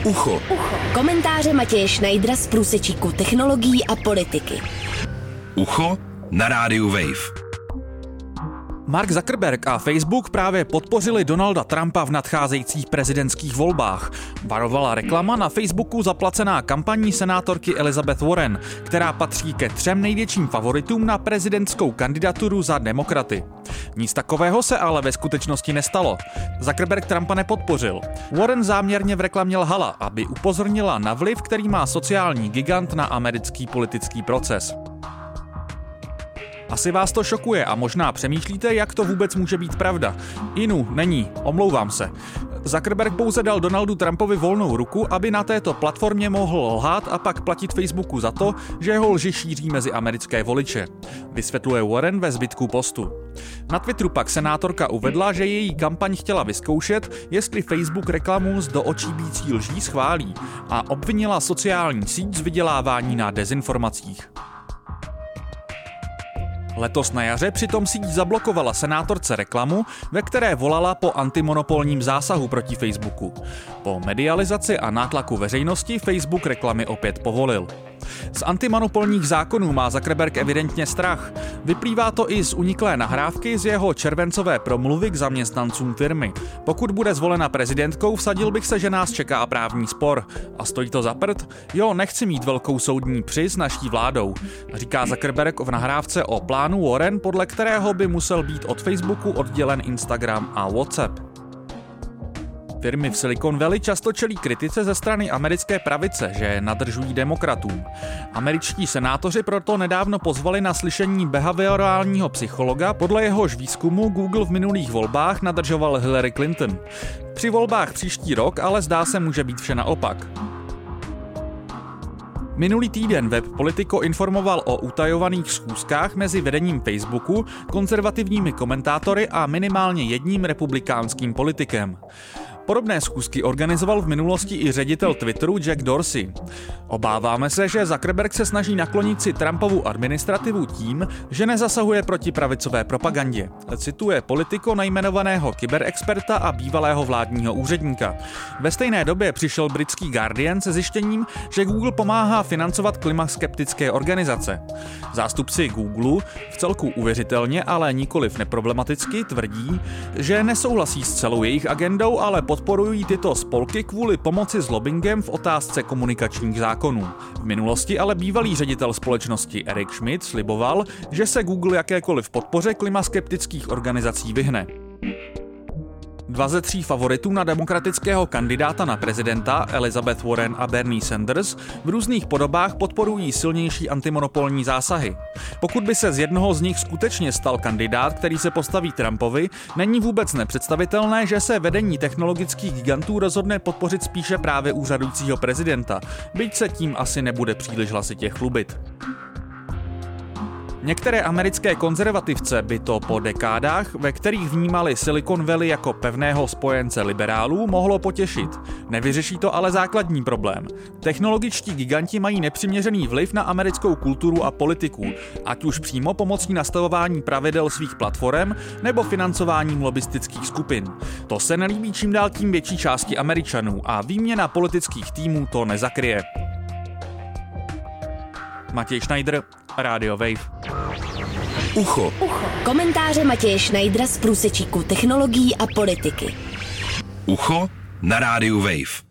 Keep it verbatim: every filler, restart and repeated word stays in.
Ucho. Ucho. Komentáře Matěje Schneidera z průsečíku technologií a politiky. Ucho na rádiu Wave. Mark Zuckerberg a Facebook právě podpořili Donalda Trumpa v nadcházejících prezidentských volbách. Varovala reklama na Facebooku zaplacená kampaní senátorky Elizabeth Warren, která patří ke třem největším favoritům na prezidentskou kandidaturu za demokraty. Nic takového se ale ve skutečnosti nestalo. Zuckerberg Trumpa nepodpořil. Warren záměrně v reklamě lhala, aby upozornila na vliv, který má sociální gigant na americký politický proces. Asi vás to šokuje a možná přemýšlíte, jak to vůbec může být pravda. Inu, není, omlouvám se. Zuckerberg pouze dal Donaldu Trumpovi volnou ruku, aby na této platformě mohl lhát a pak platit Facebooku za to, že jeho lži šíří mezi americké voliče. Vysvětluje Warren ve zbytku postu. Na Twitteru pak senátorka uvedla, že její kampaň chtěla vyzkoušet, jestli Facebook reklamu z do očí bící lží schválí, a obvinila sociální síť z vydělávání na dezinformacích. Letos na jaře přitom síť zablokovala senátorce reklamu, ve které volala po antimonopolním zásahu proti Facebooku. Po medializaci a nátlaku veřejnosti Facebook reklamy opět povolil. Z antimonopolních zákonů má Zuckerberg evidentně strach. Vyplývá to i z uniklé nahrávky z jeho červencové promluvy k zaměstnancům firmy. Pokud bude zvolena prezidentkou, vsadil bych se, že nás čeká právní spor. A stojí to za prd? Jo, nechci mít velkou soudní při s naší vládou, říká Zuckerberg v nahrávce o plánu Warren, podle kterého by musel být od Facebooku oddělen Instagram a WhatsApp. Firmy v Silicon Valley často čelí kritice ze strany americké pravice, že nadržují demokratům. Američtí senátoři proto nedávno pozvali na slyšení behaviorálního psychologa, podle jehož výzkumu Google v minulých volbách nadržoval Hillary Clinton. Při volbách příští rok ale zdá se může být vše naopak. Minulý týden web Politico informoval o utajovaných schůzkách mezi vedením Facebooku, konzervativními komentátory a minimálně jedním republikánským politikem. Podobné schůzky organizoval v minulosti i ředitel Twitteru Jack Dorsey. Obáváme se, že Zuckerberg se snaží naklonit si Trumpovu administrativu tím, že nezasahuje proti pravicové propagandě. Cituje Politico nejmenovaného kyberexperta a bývalého vládního úředníka. Ve stejné době přišel britský Guardian se zjištěním, že Google pomáhá financovat klimaskeptické organizace. Zástupci Google vcelku uvěřitelně, ale nikoliv neproblematicky tvrdí, že nesouhlasí s celou jejich agendou, ale podporují tyto spolky kvůli pomoci s lobbingem v otázce komunikačních zákonů. V minulosti ale bývalý ředitel společnosti Eric Schmidt sliboval, že se Google jakékoliv podpoře klimaskeptických organizací vyhne. Dva ze tří favoritů na demokratického kandidáta na prezidenta, Elizabeth Warren a Bernie Sanders, v různých podobách podporují silnější antimonopolní zásahy. Pokud by se z jednoho z nich skutečně stal kandidát, který se postaví Trumpovi, není vůbec nepředstavitelné, že se vedení technologických gigantů rozhodne podpořit spíše právě úřadujícího prezidenta, byť se tím asi nebude příliš hlasitě chlubit. Některé americké konzervativce by to po dekádách, ve kterých vnímali Silicon Valley jako pevného spojence liberálů, mohlo potěšit. Nevyřeší to ale základní problém. Technologičtí giganti mají nepřiměřený vliv na americkou kulturu a politiku, ať už přímo pomocí nastavování pravidel svých platform nebo financováním lobbystických skupin. To se nelíbí čím dál tím větší části Američanů a výměna politických týmů to nezakryje. Matěj Schneider, Radio Wave. Ucho. Ucho. Komentáře Matěje Schneidera z průsečíku technologií a politiky. Ucho na rádiu Wave.